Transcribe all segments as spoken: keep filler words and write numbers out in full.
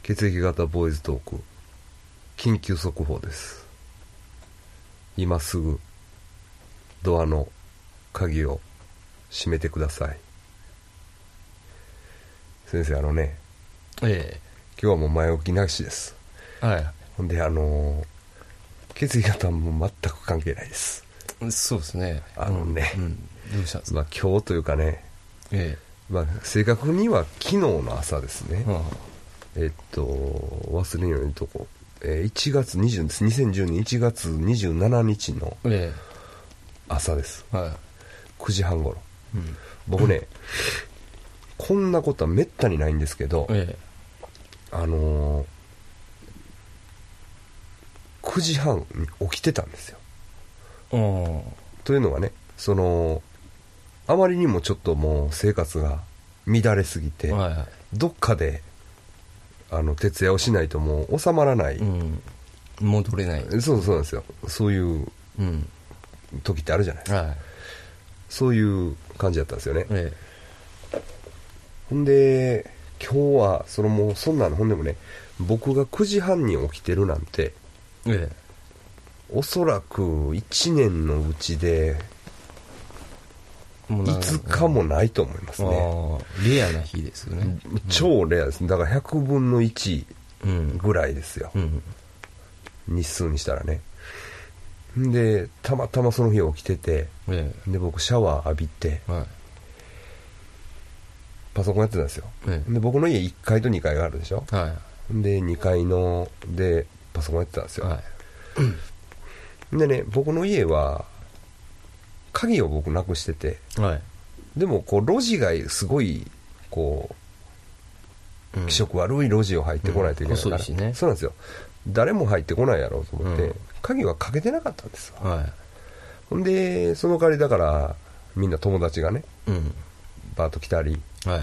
血液型ボーイズトーク緊急速報です。今すぐドアの鍵を閉めてください。先生、あのね、 ええ、 今日はもう前置きなしです。 はい。 ほんで、あのー、血液型はもう全く関係ないです。 そうですね。 あのね、 うんうん、どうしたんですか。 まあ今日というかね、 ええまあ正確には昨日の朝ですね。 え、はあ、 えっと忘れんようにとこ、えー、いちがつにじゅうにせんじゅうねんいちがつにじゅうしちにちの朝です。 ええ、はい。 くじはん頃、 うん、 僕ね、こんなことはめったにないんですけど、 ええ、 あのー、くじはんに起きてたんですよ。というのがね、そのあまりにもちょっともう生活が乱れすぎて、 はいはい、 どっかであの徹夜をしないともう収まらない、 うん、戻れない。 そうそうなんですよ。そういう時ってあるじゃないですか、 はい、 そういう感じだったんですよね。 えほんで今日はそのもうそんなの、ほんでもね、僕がくじはんに起きてるなんて、 え、えおそらくいちねんのうちでいつかもないと思いますね。 あ、レアな日ですよね。 超レアです。だからひゃくぶんのいちぐらいですよ、 うんうん、 日数にしたらね。でたまたまその日起きてて、 ええ、 で僕シャワー浴びて、 はい、 パソコンやってたんですよ、 ええ、 で僕の家いっかいとにかいがあるでしょ、 はい、 でにかいのでパソコンやってたんですよ、 はい、 でね、僕の家は鍵を僕なくしてて、 はい、 でもこう路地がすごいこう、うん、気色悪い路地を入ってこないといけないから、うん、 細いしね、 そうなんですよ。誰も入ってこないやろうと思って、うん、鍵はかけてなかったんですよ、 はい、 ほんでその代わりだからみんな友達がね、うん、バーッと来たり、はい、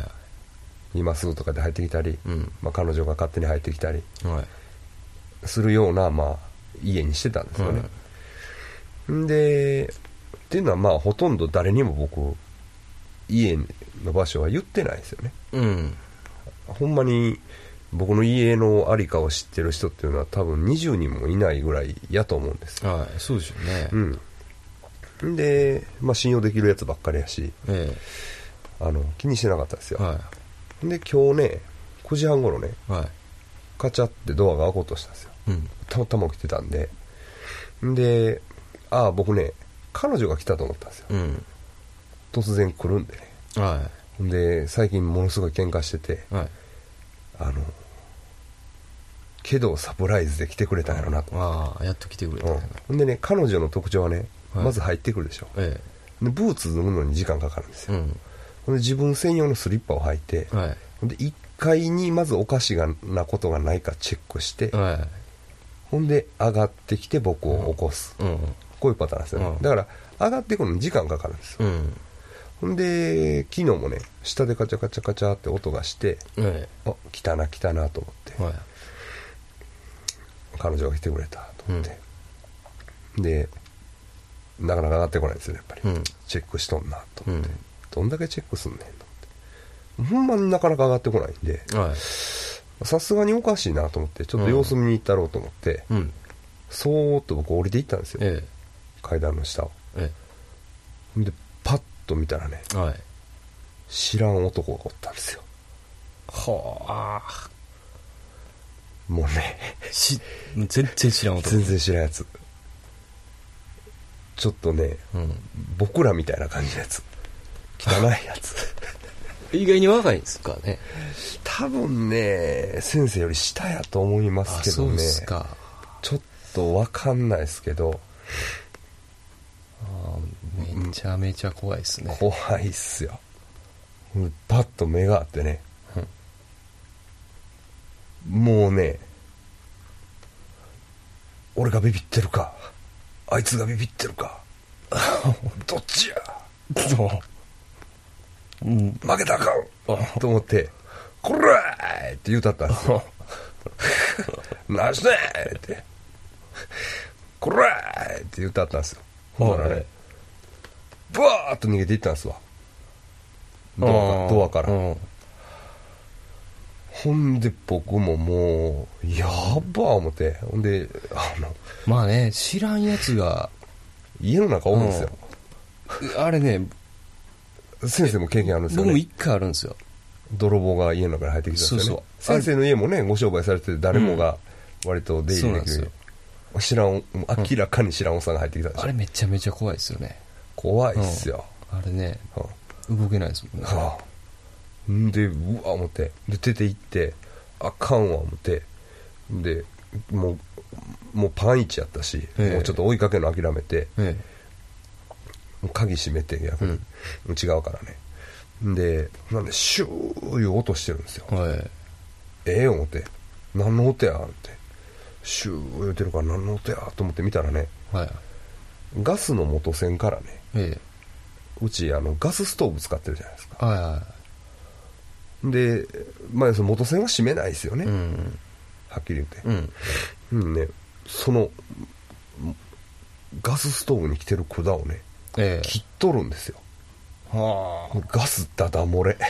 今すぐとかで入ってきたり、うん、まあ、彼女が勝手に入ってきたりするような、まあ、家にしてたんですよね、うん、でっていうのはまあほとんど誰にも僕家の場所は言ってないですよね、うん、ほんまに僕の家のありかを知ってる人っていうのは多分にじゅうにんもいないぐらいやと思うんですよ。 はい、そうでしょうね。 うん。で、まあ、信用できるやつばっかりやし、ええ、あの気にしてなかったですよ。はい、で今日ねくじはん頃ね、はい、カチャってドアが開こうとしたんですよ。うん、たまたま起きてたんで、で、ああ僕ね彼女が来たと思ったんですよ。うん、突然来るんでね。はい、で最近ものすごい喧嘩してて、はい、あのけどサプライズで来てくれたんやろなと。 ああ、やっと来てくれたんやな。 うん、でね、彼女の特徴はね、はい、まず入ってくるでしょ、ええ、でブーツ脱ぐのに時間かかるんですよ、うん、で自分専用のスリッパを履いて、はい、でいっかいにまずおかしなことがないかチェックして、はい、ほんで上がってきて僕を起こす、うん、こういうパターンなんですよね、うん、だから上がってくるのに時間かかるんですよ、うん、ほんで昨日もね下でカチャカチャカチャって音がして、はい、あ来たな来たなと思って、はい、彼女が来てくれたと思って、うん、でなかなか上がってこないんですよねやっぱり、うん、チェックしとんなと思って、うん、どんだけチェックすんねんと思って、ほんまになかなか上がってこないんで、さすがにおかしいなと思ってちょっと様子見に行ったろうと思って、うん、そーっと僕降りていったんですよ、ええ、階段の下を、ええ、でパッと見たらね、はい、知らん男がおったんですよ。はあ、もうねし全然知らん男、 全然知らんやつ、ちょっとね、うん、僕らみたいな感じのやつ、汚いやつ意外に若いんですかね。 多分ね先生より下やと思いますけどね。 そうですか。 ちょっと分かんないですけど、 あめちゃめちゃ怖いですね、 うん、怖いっすよ。パッと目があってね、うん、もうね俺がビビってるかあいつがビビってるかどっちやそう、うん、負けたらあかんと思ってこらーって言うたったんですよ何してーってこらーって言うたったんですよ。ほらねブワーッと逃げていったんですわ、ドアかドアから。ほほんで僕ももうやっば思って、ほんであのまあね、知らんやつが家の中おるんですよ、 うん、あれね、 先生も経験あるんですよね。 僕も一回あるんですよ。 泥棒が家の中に入ってきたんですよね。 そうそう、 先生の家もねご商売されてて誰もが割と出入りできる、うん、知らん明らかに知らんおっさんが入ってきたんでしょ、 あれめちゃめちゃ怖いですよね。 怖いっすよ、 うん、あれね、うん、動けないですもんね、 はあ、んでうわ思ってで出て行ってあかんわ思ってでもうもうパンイチやったし、ええ、もうちょっと追いかけるの諦めて、ええ、もう鍵閉めて逆に、うん、違うからね。でなんでシューいう音してるんですよ、はい、ええ思って何の音やってシュー言うてるから何の音やと思って見たらね、はい、ガスの元栓からね、ええ、うちあのガスストーブ使ってるじゃないですか、はいはい、で、まあ、その元栓は閉めないですよね、うん、はっきり言って、うんうんね、そのガスストーブに来てる管をね、ええ、切っとるんですよ。はあ、ガスダダ漏れ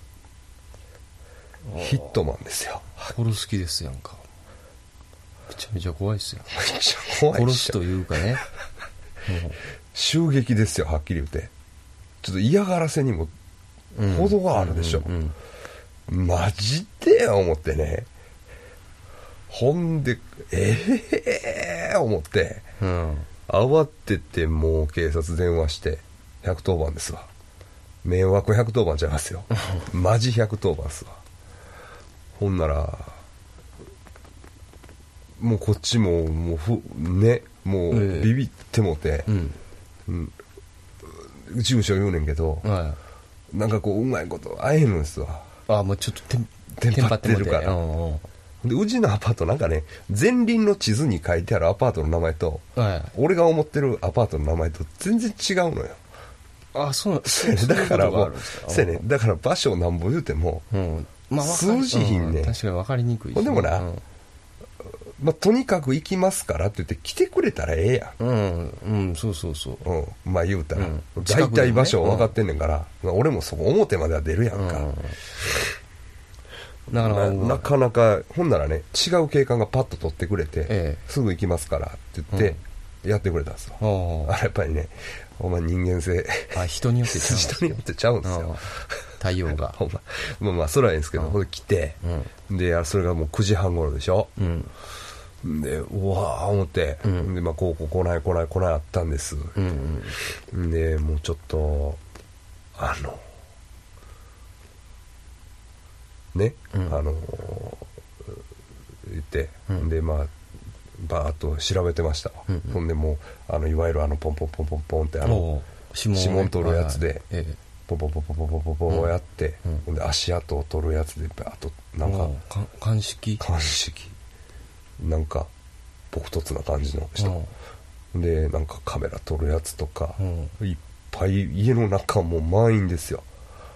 ヒットマンですよ。 殺す気ですやんか。めちゃめちゃ怖いですよ。 めっちゃ怖いっしょ。 殺すというかねもう襲撃ですよ、はっきり言ってちょっと嫌がらせにも程があるでしょ、うんうんうんうん、マジでや思ってね。ほんでええー、思って、うん、慌ててもう警察電話してひゃくとおばんですわ。迷惑ひゃくとおばんちゃいますよマジひゃくとおばんですわ。ほんならもうこっちももうふねもうビビってもて、えーうんうん、住所言うねんけど、はい、なんかこううまいこと会えるんですわ。 ああもうちょっとテンテンパってるから。でうちのアパートなんかね前輪の地図に書いてあるアパートの名前と、はい、俺が思ってるアパートの名前と全然違うのよ。 あ、そうなんですね。だからもうそうね。だから場所をなんぼ言うても、うんまあ、数字品ね、 うん、確かに分かりにくいし、 ね、でもな、うんまあ、とにかく行きますからって言って来てくれたらええやん。うん、うん、そうそうそう。 うん、まあ言うたら、うん、大体場所分かってんねんから、うん、俺もそこ表までは出るやんか。うん、な, な, なかなか、ほんならね、違う警官がパッと取ってくれて、ええ、すぐ行きますからって言って、やってくれたんですよ。うん、あれやっぱりね、お前人間性。 あ、人によってちゃうんですよ。 人によってちゃうんですよ。 対応が。 ほんま、まあまあ、それはいいんですけど、ほんで来て、うん、で、それがもうくじはん頃でしょ。うん、で、うわー思って、うん、で、まあ、こう、こう、来ない、来ない、来ないあったんです。うんうん、で、もうちょっと、あの、ね、うん、あの、言って、うん、で、まあ、バーッと調べてました、うんうん、ほんでもうあのいわゆるあのポンポンポンポンポンってあの指紋取るやつでポンポンポンポンポンポンポンポンをやって、うん、ほんで足跡を取るやつでバーッとなんか鑑識鑑識なんか朴突な感じの人でなんかカメラ撮るやつとかいっぱい家の中も満員ですよ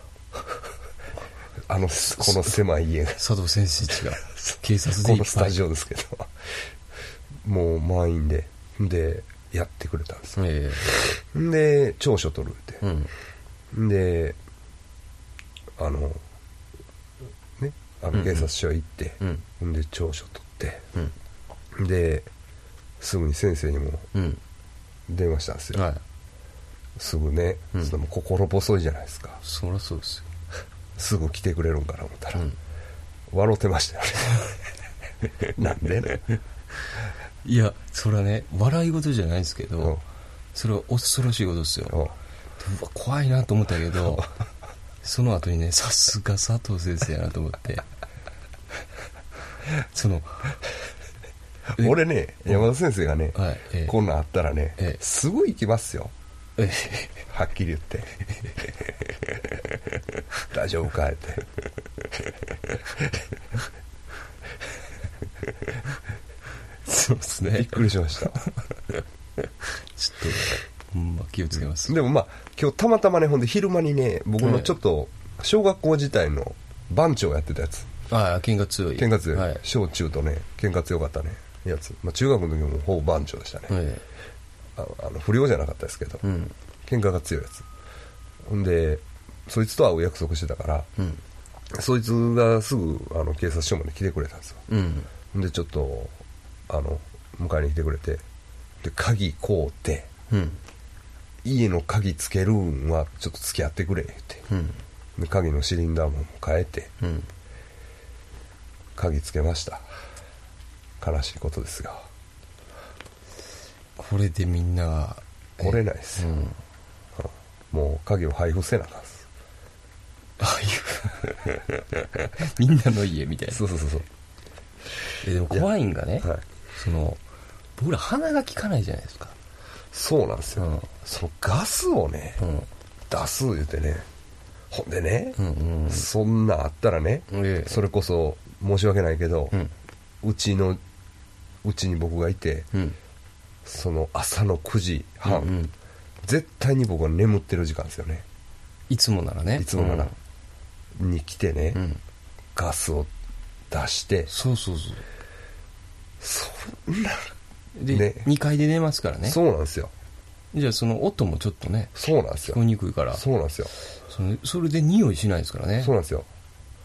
あのこの狭い家が佐藤先生が警察でいっぱいこのスタジオですけどもう満員ででやってくれたんですよ、えー、で調書取るって、うん、であのねあの警察署行って、うんうん、で調書取って、うん、ですぐに先生にも電話したんですよ、はい、すぐね、うん、その心細いじゃないですか。 そりゃそうですよすぐ来てくれるんかな思ったら、うん、笑ってましたよねなんでねいやそれはね笑い事じゃないんですけど、うん、それは恐ろしいことですよ、うん、怖いなと思ったけどその後にねさすが佐藤先生やなと思ってその俺ね山田先生がね、はいええ、こんなんあったらね、ええ、すぐ行きますよ、ええ、はっきり言って大丈夫かってそうですね。 びっくりしましたちょっとほんま気をつけます。 でもまあ今日たまたまねほんで昼間にね僕のちょっと小学校時代の番長やってたやつ、 ああ喧嘩強い喧嘩強い、はい、小中とね喧嘩強かったねやつ、まあ、中学の時もほぼ番長でしたね、はい、ああの不良じゃなかったですけど、うん、喧嘩が強いやつほんでそいつと会う約束してたから、うん、 そいつがすぐあの警察署まで来てくれたんですよ、 うん、 でちょっとあの迎えに来てくれて、で鍵こうて、うん、家の鍵つけるんはちょっと付き合ってくれ言って、うん、で鍵のシリンダーも変えて、うん、鍵つけました。悲しいことですが、 これでみんなが来れないですよ、うん、もう鍵を配布せなあかんです。 配布みんなの家みたいな。 そうそうそうそう。 えでも怖いんがね、 はい、その僕ら鼻が利かないじゃないですか。 そうなんですよ、うん、そのガスをね、うん、出す言うてね、ほんでね、うんうんうん、そんなあったらね、ええ、それこそ申し訳ないけど、うん、うちのうちに僕がいて、うん、その朝のくじはん、うんうん、絶対に僕は眠ってる時間ですよね。 いつもならね、 いつもなら、うん、に来てね、うん、ガスを出して、 そうそうそう、 そんなで、ね、にかいで寝ますからね。 そうなんですよ。 じゃあその音もちょっとね、 そうなんですよ、 聞こえにくいから、 そうなんですよ。 そのそれで匂いしないですからね。 そうなんですよ。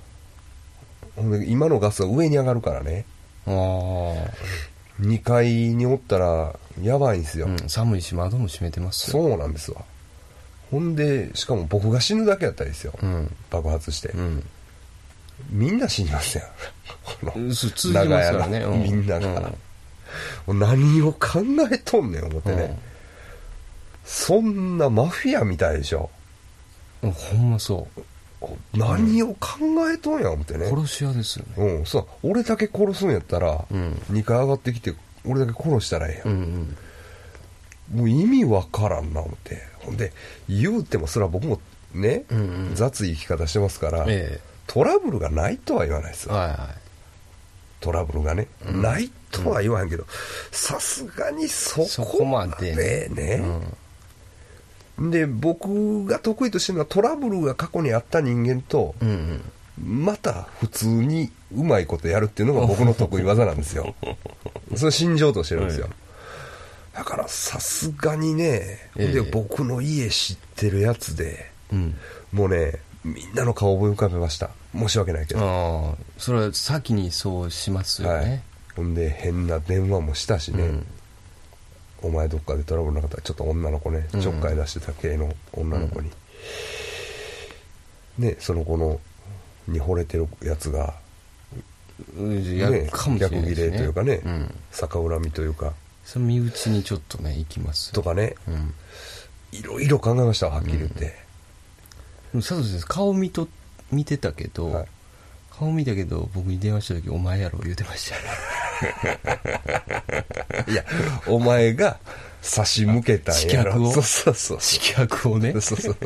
今のガスは上に上がるからね。ああ。にかいにおったらやばいんですよ、うん、 寒いし窓も閉めてますよ。そうなんですわ。ほんでしかも僕が死ぬだけやったらですよ、うん、爆発して、うん、みんな死にますやんこの続きますからね、 みんなが、うん、何を考えとんねん思ってね、うん、そんなマフィアみたいでしょ、 うん、ほんまそう。 何を考えとんや思ってね。 殺し屋ですよね。 うん、そう、俺だけ殺すんやったら、うん、にかい上がってきて俺だけ殺したらええやん、うんうん、もう意味わからんな思って。ほんで言うてもそれは僕もね、うんうん、雑い生き方してますから、ええ、トラブルがないとは言わないですよ、はいはい、トラブルがね、うん、ないとは言わへんけど、さすがにそこまでね、ね、うん、で僕が得意としてるのはトラブルが過去にあった人間と、うんうん、また普通にうまいことやるっていうのが僕の得意技なんですよそれ心情としてるんですよ、はい、だからさすがにね、えー、で僕の家知ってるやつで、うん、もうねみんなの顔を思い浮かべました。申し訳ないけど。 ああ、それは先にそうしますよね、はい、 ほんで変な電話もしたしね、うん、お前どっかでトラブルなかったらちょっと女の子ね、ちょっかい出してた系の女の子に、うん、ね、その子のに惚れてるやつが、ね、逆ギレというかね、うん、逆恨みというか、 その身内にちょっとね行きますとかね、うん、いろいろ考えましたはっきり言って、 うん、佐藤先生顔見と見てたけど、はい、顔見たけど僕に電話した時お前やろ言うてましたいやお前が差し向けたんやろ、 刺客を、 そうそうそう刺客をねそうそう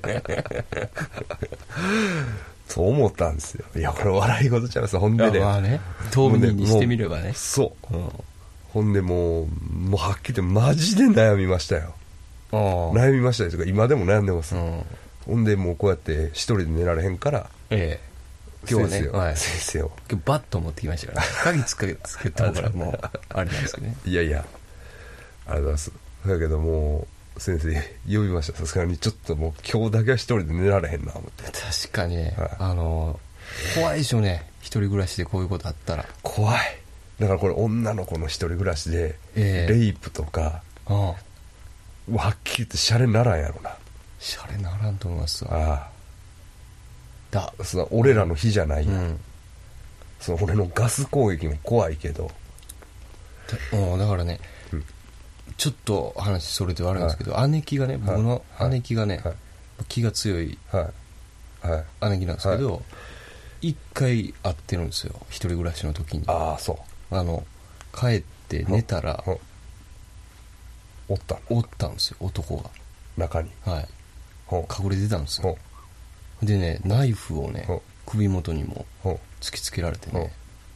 そう思ったんですよ。いやこれ笑い事ちゃいます。ほんでね、 まあね、当人にしてみればね、 そう、うん、ほんでもうもうはっきり言ってマジで悩みましたよ。あ悩みましたよとか今でも悩んでます、うん、ほんでもうこうやって一人で寝られへんから、ええ今日はね、 はい、先生を今日バット持ってきましたから、ね、鍵つけつけたからもうあれなんですよね。 いやいやありがとうございます。だけどもう先生呼びました。さすがにちょっともう今日だけは一人で寝られへんな思って。 確かにね、はい、あの怖いでしょうね、一人暮らしでこういうことあったら。 怖い。だからこれ女の子の一人暮らしで、えー、レイプとか、ああはっきり言ってシャレならんやろな。 シャレならんと思いますわ。 ああだその俺らの日じゃないや、うん、その俺のガス攻撃も怖いけどだ, だからね、うん、ちょっと話それではあるんですけど、はい、姉貴がね、僕の姉貴がね、はい、気が強い姉貴なんですけど、一、はい、回会ってるんですよ、一人暮らしの時に。 ああそうあの帰って寝たら、 おったおったんですよ、男が中に、 はい、隠れてたんですよ。でね、ナイフをね首元にも突きつけられてね、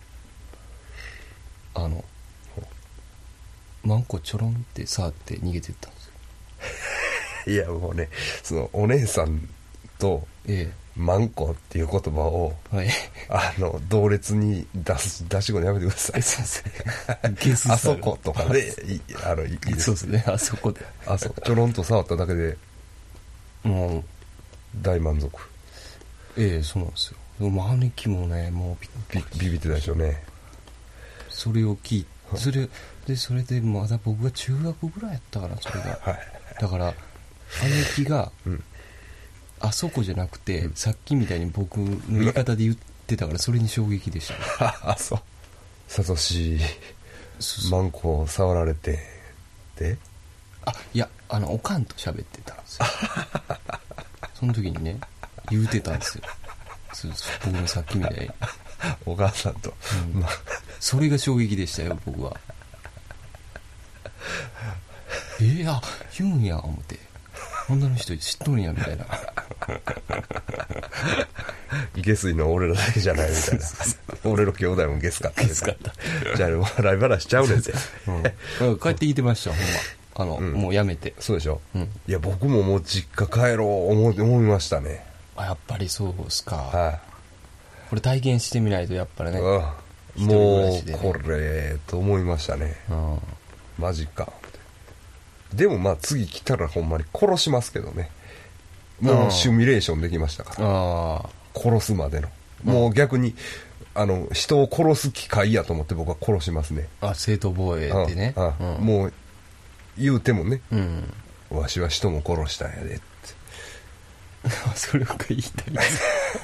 あのマンコちょろんって触って逃げてったんですよいやもうね、そのお姉さんとマンコっていう言葉を、はい、あの同列に出す出し子にやめてください。あそことかでいあのいいです。 そうですね、あそこであそちょろんと触っただけでもう大満足。 ええそうなんですよ。 兄貴もねもうビビビってたでしょうね。 それを聞いてそれでそれでまだ僕が中学ぐらいやったかなそれが、はい、だから兄貴が、うん、あそこじゃなくて、うん、さっきみたいに僕の言い方で言ってたからそれに衝撃でしたね。 あそうサトシマンコ触られてであいやあのおかんと喋ってたんですよその時にね言うてたんですよそうそう僕のさっきみたいにお母さんと、 うんまあ、それが衝撃でしたよ僕は。えー、あ言うんや思って女の人知っとるんやみたいな下水の俺らだけじゃないみたいな俺の兄弟もゲスかったゲスかったじゃあ笑い話しちゃうねんて、 うん、帰ってきてましたほんまあの、うん、もうやめて。 そうでしょ、うん、いや僕ももう実家帰ろう思い思いましたね。 あやっぱりそうですか、 はい、 これ体験してみないとやっぱりね、 うん、もうこれと思いましたね、うん、マジか。でもまあ次来たらほんまに殺しますけどね。もうシミュレーションできましたから、あ殺すまでの、うん、もう逆にあの人を殺す機会やと思って僕は殺しますね。 あ正当防衛ってね、 ああ、うん、もう言うてもね、うん、わしは人も殺したんやでってそれが言いたいです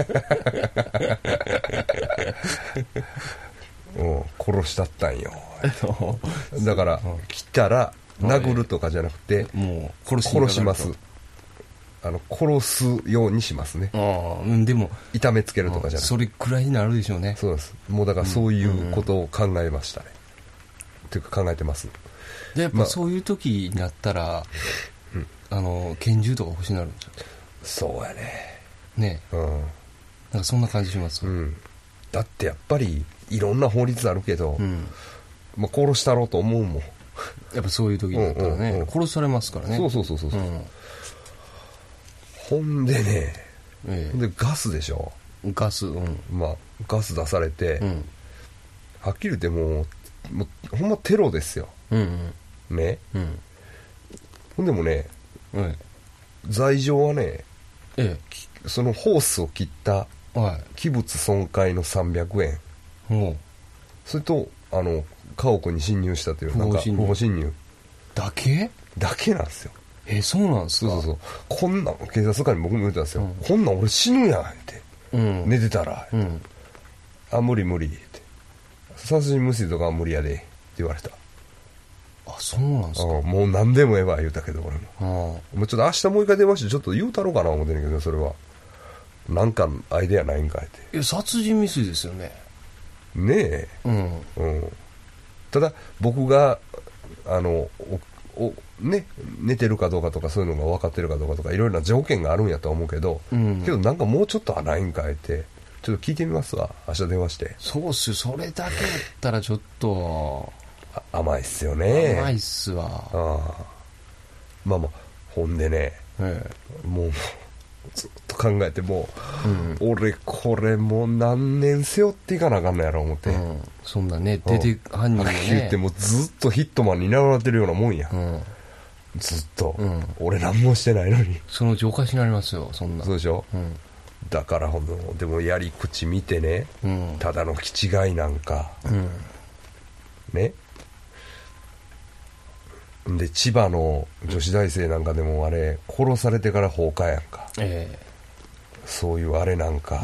うん殺したったんよだから、うん、来たら殴るとかじゃなくて、 もう殺し殺します。あの殺すようにしますね。 あ、うん、でも痛めつけるとかじゃなくてそれくらいになるでしょうね。 そうです。もうだからそういうことを考えましたね、うん、っていうか考えてます。 でやっぱそういう時になったら、まあ、あの拳銃とか欲しになるんですよ。 そうやね。 ねえ、うん、なんかそんな感じします、うん、 だってやっぱりいろんな法律あるけど、うんまあ、殺したろうと思うもん。 やっぱそういう時だったらね、うんうんうん、殺されますからね。 そうそうそうそう、うん、ほんでね、ええ、ほんでガスでしょ。 ガス、うん、 まあガス出されて、うん、はっきり言ってもう、もうほんまテロですよ、うんうん、ね、うん、ほんでもね、うん、罪状はね、ええ、そのホースを切った器物損壊のさんびゃくえん、はい、それとあの家屋に侵入したというなんか不法侵入だけだけなんですよ。 えそうなんですか。 そうそうそう。こんなん警察官に僕も言ったんですよ、うん、こんなん俺死ぬやんって、うん、寝てたら、うん、あ無理無理って殺人未遂とかは無理やでって言われた。 あそうなんですか。 もう何でもええわ言うたけど俺ももうちょっと明日もう一回電話してちょっと言うたろうかな思ってんねんけど、それはなんかアイデアないんかいって。 いや殺人未遂ですよね。 ねえ、うんうん、ただ僕があのおお、ね、寝てるかどうかとかそういうのが分かってるかどうかとかいろいろな条件があるんやとは思うけど、うん、けどなんかもうちょっとないんかいってちょっと聞いてみますわ明日電話して。 そうっすよ。それだけだったらちょっと甘いっすよね。 甘いっすわ。あまあまあほんでね、ええ、もうずっと考えても、うん、俺これもう何年背負っていかなあかんのやろ思って、うん、 そんなね出て犯人もね言ってもずっとヒットマンになられてるようなもんや、うん、ずっと、うん、俺何もしてないのにそのうちおかしになりますよそんな。 そうでしょ、うん、だからほんとでもやり口見てね、うん、ただの気違いなんか、うん、ねで千葉の女子大生なんかでもあれ殺されてから放火やんか、えー、そういうあれなんか、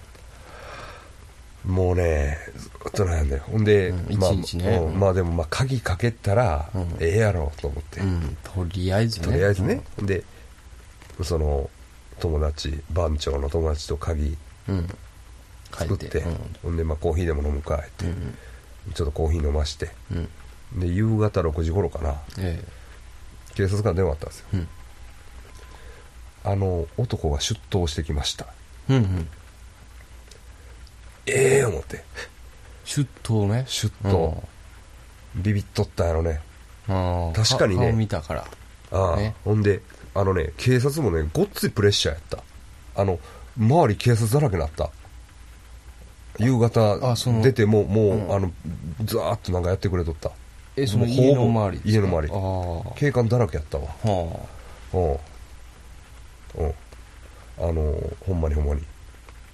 うん、もうねずっと悩んでほんで、うんまあ一日ねうん、まあでもまあ鍵かけたら、うん、ええやろと思って、うん、 とりあえずねとりあえずね、うん、でその友達番長の友達と鍵作って、うん、ほんでまあコーヒーでも飲むかって、うん、ちょっとコーヒー飲まして、うんで夕方ろくじ頃かな、ええ、警察から電話あったんですよ、うん、あの男が出頭してきました、うんうん、ええー、思って出頭ね出頭、うん、ビビっとったんやろね。あ確かにね顔見たからあ、ね、ほんであのね警察もねごっついプレッシャーやった。あの周り警察だらけになった。夕方出てももう、うん、あのザーッとなんかやってくれとった。 えその家の周り家の周りあ警官だらけやったわ。はあうんうんあのほんまにほんまにあ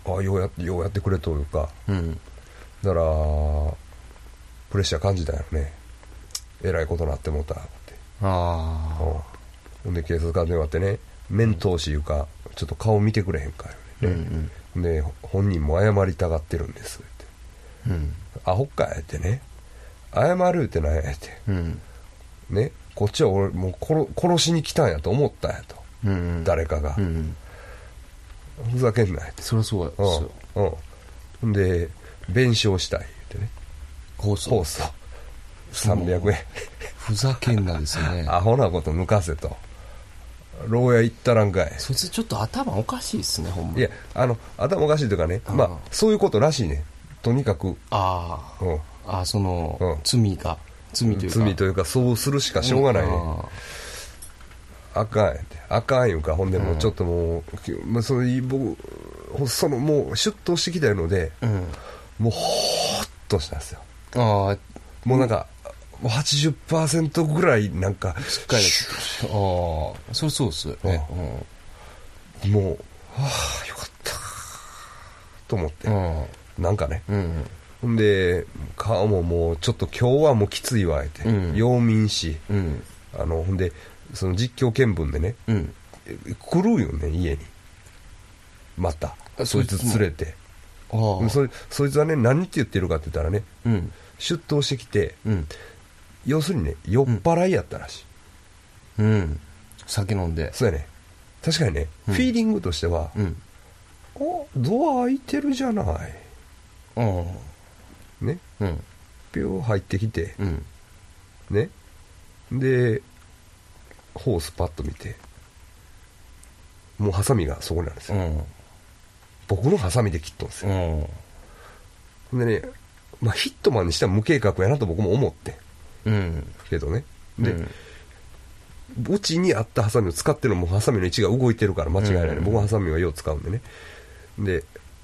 ああようやようやってくれというか、 うん、 だからプレッシャー感じたよね。えらいことなってもうたって。 ああ、 ほんで警察から電話ってね、面通しいうかちょっと顔見てくれへんかよね、うんうん、で本人も謝りたがってるんですって、うん、アホかやってね、謝るってなんやって、うん、ね、こっちは俺もう 殺, 殺しに来たんやと思ったんやと、うんうん、誰かが、うんうん、ふざけんなやって。 そりゃそうやですよ、 うん、で弁償したいってね、 控訴控訴さんびゃくえんふざけんなですねアホなこと抜かせと、牢屋行ったらんかい。 そいつちょっと頭おかしいですね、ほんま。 いや、あの頭おかしいというかね、まあそういうことらしいね、とにかく。 ああ、うん、あその、うん、罪が罪というか罪というかそうするしかしょうがないね、うん、あかんやって、あかんいうか、ほんでもうちょっともう、うん、まあ、それ僕そのもう出頭してきたので、うん、もうほーっとしたんですよ。ああ、もうなんか、もう はちじゅっパーセント ぐらいなんかしっかりああ、それそうっすよね、 うん、もうはあよかったと思って、うん、なんかね、うん、ほんで顔ももうちょっと今日はもうきついわえて、うん、陽明し、うん、あのほんでその実況見分でね、うん、来るよね家にまたそいつ連れて、あそ, そいつはね何って言ってるかって言ったらね、うん、出頭してきて、うん、要するにね酔っ払いやったらしい、うんうん、 酒飲んで。 そうやね、確かにね、うん、フィーリングとしては、うん、おドア開いてるじゃない、うん、ね、うん、ピュー入ってきて、うん、ねでホースパッと見てもうハサミがそこにあるんですよ、うん、僕のハサミで切っとんですよ、うん、でね、まあ、ヒットマンにしては無計画やなと僕も思って、うん、けどねで、うんうちにあったハサミを使ってるのもハサミの位置が動いてるから間違いないね、うん、僕はハサミはよう使うんでねで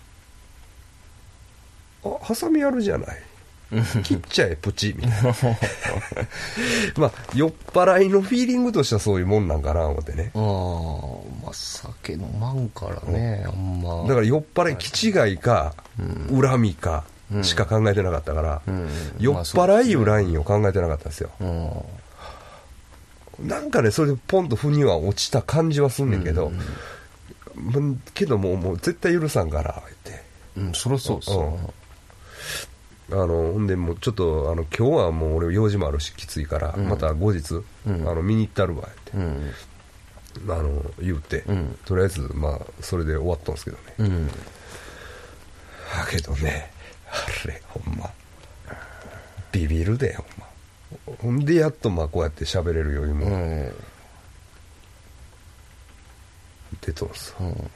あハサミあるじゃない切っちゃえプチみたいなまあ酔っ払いのフィーリングとしてはそういうもんなんかな思ってね。 ああ、まあ酒飲まんからね、うん、あんまだから酔っ払い気違いか、うん、恨みかしか考えてなかったから、うん、酔っ払いいうラインを考えてなかったんですよ、うんなんかねそれでポンと腑には落ちた感じはすんねんけど、うん、けどもう、もう絶対許さんから言って、 うん、そりゃそうっすよ、 うん、あのほんでもうちょっとあの今日はもう俺用事もあるしきついから、うん、また後日、うん、あの見に行ったるわって、うん、あの言うて、うん、とりあえずまあそれで終わったんですけどね、うん、だけどねあれほんまビビるでほんまほんでやっとまあこうやって喋れる余裕も出とんす、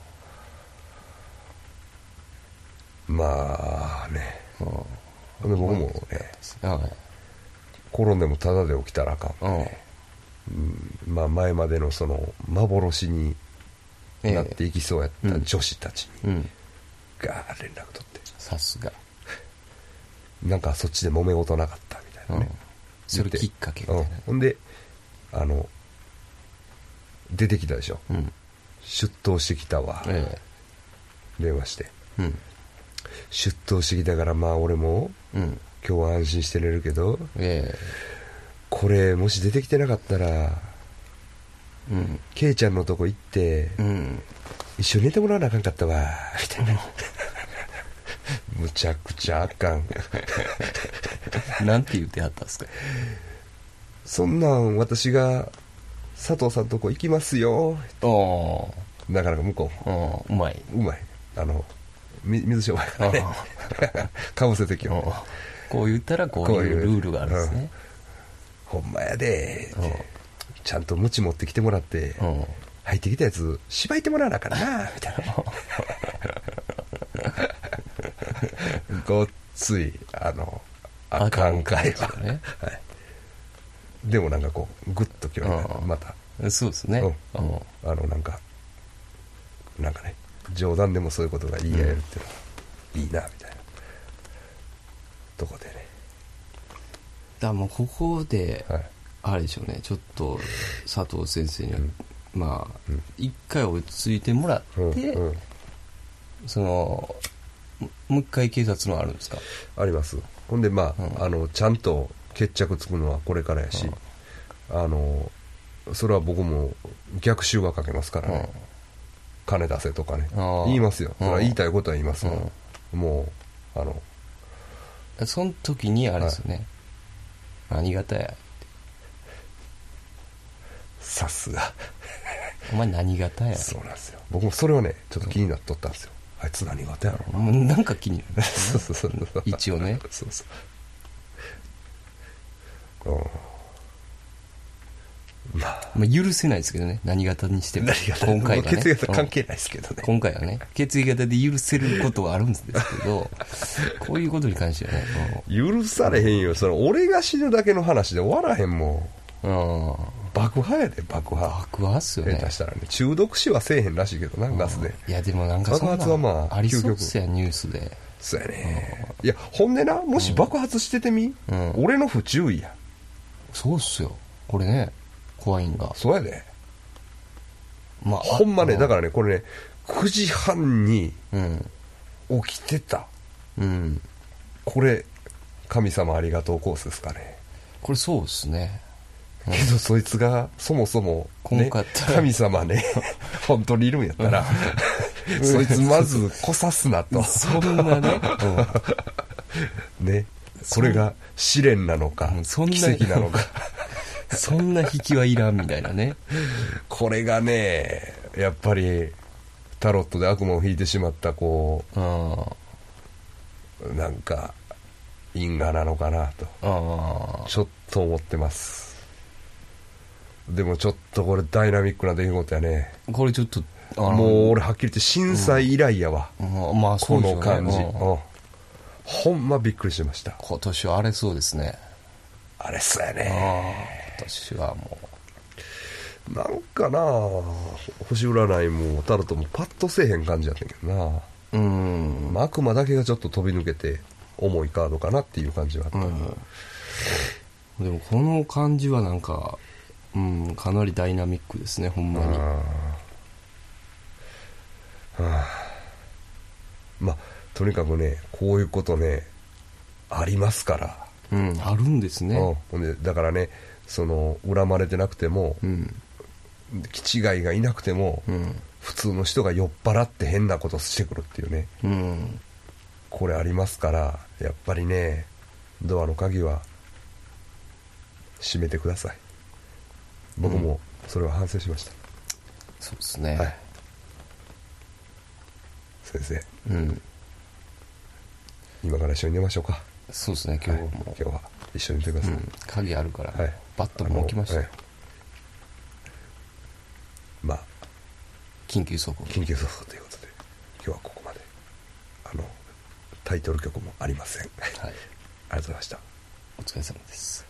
うん、まあね、うん、ほんで僕もね、はい、転んでもタダで起きたらあかん、ねうん、まあ前までのその幻になっていきそうやった女子たちに、ええうん、が連絡取ってさすがなんかそっちで揉め事なかったみたいなね、うんそれきっかけみたいな、うん、 ほんであの出てきたでしょ、うん、出頭してきたわ、ええ、電話して、うん、出頭してきたからまあ俺も、うん、今日は安心して寝るけど、ええ、これもし出てきてなかったら、うん、ケイちゃんのとこ行って、うん、一緒に寝てもらわなあかんかったわみたいなむちゃくちゃあかんなんて言ってはったんですか。 そんなん私が佐藤さんとこ行きますよ。なかなか向こううまいうまいあの水商売からねかぶせてきよこう言ったらこういうルールがあるんですね、 うん、ほんまやでちゃんとムチ持ってきてもらって入ってきたやつしばいてもらわなあかんなみたいなごっついあのあかん会話、ねはい、でもなんかこうグッときはまたそうですね、 うん、あのなんかなんかね冗談でもそういうことが言い合えるっていうのは、うん、いいなみたいなとこでねだからもうここで、はい、あれでしょうねちょっと佐藤先生には、うん、まあ一、うん、回落ち着いてもらって、うんうん、 そのもう一回警察のあるんですか？ あります。ほんでまあ、 うん、 あのちゃんと決着つくのはこれからやし、うん、あのそれは僕も逆襲はかけますからね、うん、金出せとかね言いますよ。それは言いたいことは言いますよ、うん、もうあのその時にあれですよね、はい、何型やさすがお前何型や。 そうなんですよ。僕もそれはねちょっと気になっとったんですよ。あいつ何型やろうな、なんか気になる、ね、 そうそうそうそう一応ねそうそう、うんまあ、 まあ許せないですけどね、何型にしても。今回がね、 血液型関係ないですけどね、 今回はね血液型で許せることはあるんですけどこういうことに関してはね許されへんよ。その俺が死ぬだけの話で終わらへんもん。うん、爆破やで爆破。 爆破っすよね。 下手したらね中毒死はせえへんらしいけどな、ガスで。 いやでもなんかそんな爆発はまあありそうっすやニュースで。 そうやね。いやほんでな、もし爆発しててみ、うん、俺の不注意や。 そうっすよこれね、怖いんが。 そうやで、まあ、ほんまね、だからねこれねくじはんに起きてた、うん、これ神様ありがとうコースですかね。 これそうですね、 うん、けどそいつがそもそも、ね、神様ね本当にいるんやったらそいつまずこさすなとそんなね、 うん、ねこれが試練なのかそんな奇跡なのかそんな引きはいらんみたいなね。 これがねやっぱりタロットで悪魔を引いてしまったこう、あなんか因果なのかなとあちょっと思ってます。でもちょっとこれダイナミックな出来事やね。 これちょっとあもう俺はっきり言って震災以来やわ、うん、まあそうですよね、この感じ、うん、ほんまびっくりしました。 今年は荒れそうですね。 荒れそうやね。 今年はもうなんかな星占いもタロットもパッとせえへん感じやったけどな。うん、まあ、悪魔だけがちょっと飛び抜けて重いカードかなっていう感じはあった、うん、 でもこの感じはなんか、うん、かなりダイナミックですねほんまに。あ、はあ、まあとにかくねこういうことねありますから、 うん、あるんですね、 うん、でだからねその恨まれてなくても、うん、気違いがいなくても、うん、普通の人が酔っ払って変なことしてくるっていうね、うん、これありますからやっぱりねドアの鍵は閉めてください。僕もそれは反省しました、うん、 そうですね、はい、 先生、うん、今から一緒に寝ましょうか。 そうですね今日はもう、はい、 今日は一緒に寝てください、うん、 鍵あるから、はい、バットも置きました、はい、 まあ緊急速報緊急速報ということで今日はここまで。あのタイトル曲もありません、はい、ありがとうございました。 お疲れ様です。